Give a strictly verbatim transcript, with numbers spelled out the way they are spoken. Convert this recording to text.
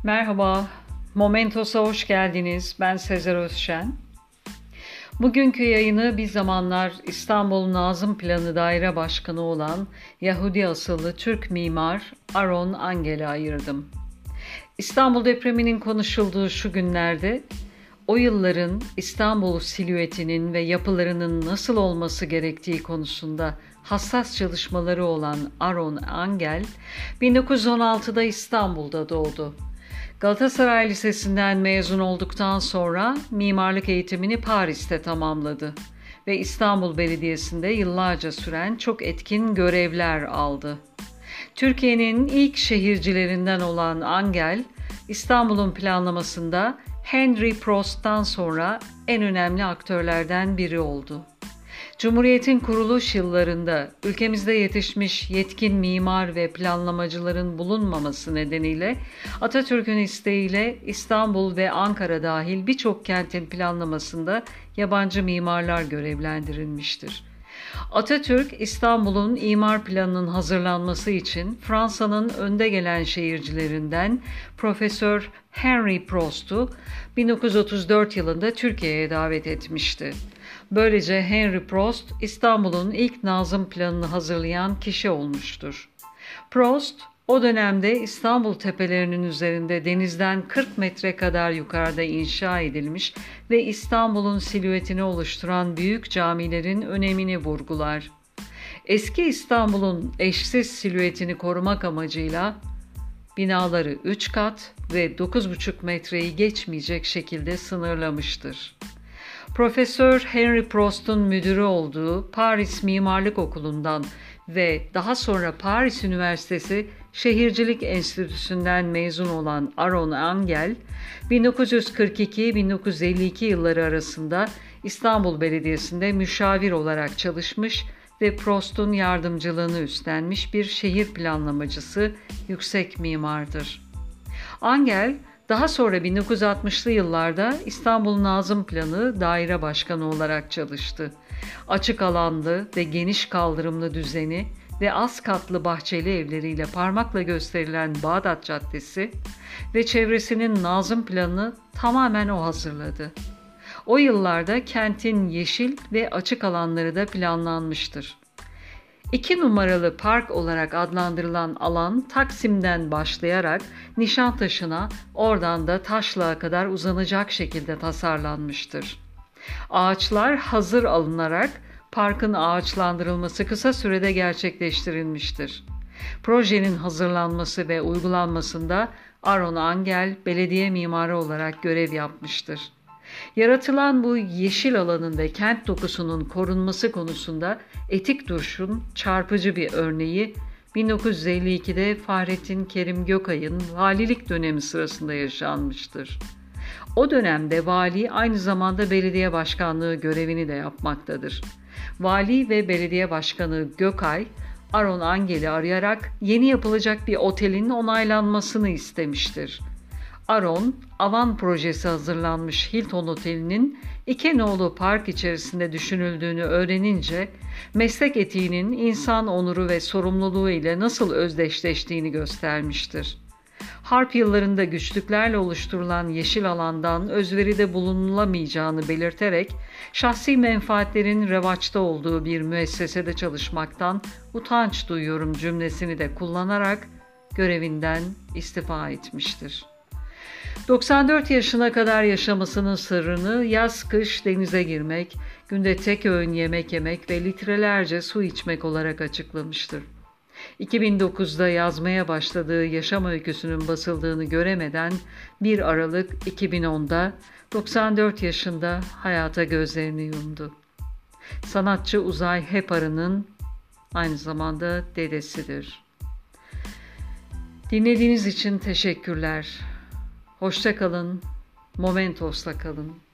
Merhaba, Momentos'a hoş geldiniz. Ben Sezer Özşen. Bugünkü yayını bir zamanlar İstanbul Nazım Planı Daire Başkanı olan Yahudi asıllı Türk mimar Aron Angel'e ayırdım. İstanbul depreminin konuşulduğu şu günlerde o yılların İstanbul silüetinin ve yapılarının nasıl olması gerektiği konusunda hassas çalışmaları olan Aron Angel, bin dokuz yüz on altıda İstanbul'da doğdu. Galatasaray Lisesi'nden mezun olduktan sonra mimarlık eğitimini Paris'te tamamladı ve İstanbul Belediyesi'nde yıllarca süren çok etkin görevler aldı. Türkiye'nin ilk şehircilerinden olan Angel, İstanbul'un planlamasında Henry Prost'tan sonra en önemli aktörlerden biri oldu. Cumhuriyet'in kuruluş yıllarında ülkemizde yetişmiş yetkin mimar ve planlamacıların bulunmaması nedeniyle Atatürk'ün isteğiyle İstanbul ve Ankara dahil birçok kentin planlamasında yabancı mimarlar görevlendirilmiştir. Atatürk, İstanbul'un imar planının hazırlanması için Fransa'nın önde gelen şehircilerinden Profesör Henry Prost'u bin dokuz yüz otuz dört yılında Türkiye'ye davet etmişti. Böylece Henry Prost, İstanbul'un ilk Nazım Planını hazırlayan kişi olmuştur. Prost, o dönemde İstanbul tepelerinin üzerinde denizden kırk metre kadar yukarıda inşa edilmiş ve İstanbul'un silüetini oluşturan büyük camilerin önemini vurgular. Eski İstanbul'un eşsiz silüetini korumak amacıyla binaları üç kat ve dokuz buçuk metreyi geçmeyecek şekilde sınırlamıştır. Profesör Henry Prost'un müdürü olduğu Paris Mimarlık Okulu'ndan ve daha sonra Paris Üniversitesi Şehircilik Enstitüsü'nden mezun olan Aron Angel, bin dokuz yüz kırk iki - bin dokuz yüz elli iki yılları arasında İstanbul Belediyesi'nde müşavir olarak çalışmış ve Prost'un yardımcılığını üstlenmiş bir şehir planlamacısı, yüksek mimardır. Angel, daha sonra bin dokuz yüz altmışlı yıllarda İstanbul Nazım Planı Daire Başkanı olarak çalıştı. Açık alanlı ve geniş kaldırımlı düzeni ve az katlı bahçeli evleriyle parmakla gösterilen Bağdat Caddesi ve çevresinin Nazım Planını tamamen o hazırladı. O yıllarda kentin yeşil ve açık alanları da planlanmıştır. İki numaralı park olarak adlandırılan alan Taksim'den başlayarak Nişantaşı'na, oradan da Taşlığa kadar uzanacak şekilde tasarlanmıştır. Ağaçlar hazır alınarak parkın ağaçlandırılması kısa sürede gerçekleştirilmiştir. Projenin hazırlanması ve uygulanmasında Aron Angel belediye mimarı olarak görev yapmıştır. Yaratılan bu yeşil alanın ve kent dokusunun korunması konusunda etik duruşun çarpıcı bir örneği bin dokuz yüz elli ikide Fahrettin Kerim Gökay'ın valilik dönemi sırasında yaşanmıştır. O dönemde vali aynı zamanda belediye başkanlığı görevini de yapmaktadır. Vali ve belediye başkanı Gökay, Aron Angel'i arayarak yeni yapılacak bir otelin onaylanmasını istemiştir. Aron, Avan projesi hazırlanmış Hilton Oteli'nin iki nolu park içerisinde düşünüldüğünü öğrenince meslek etiğinin insan onuru ve sorumluluğu ile nasıl özdeşleştiğini göstermiştir. Harp yıllarında güçlüklerle oluşturulan yeşil alandan özveride bulunulamayacağını belirterek şahsi menfaatlerin revaçta olduğu bir müessesede çalışmaktan utanç duyuyorum cümlesini de kullanarak görevinden istifa etmiştir. doksan dört yaşına kadar yaşamasının sırrını yaz-kış denize girmek, günde tek öğün yemek yemek ve litrelerce su içmek olarak açıklamıştır. iki bin dokuzda yazmaya başladığı yaşam öyküsünün basıldığını göremeden bir Aralık iki bin onda doksan dört yaşında hayata gözlerini yumdu. Sanatçı Uzay Hepar'ın aynı zamanda dedesidir. Dinlediğiniz için teşekkürler. Hoşça kalın, Momentos'la kalın.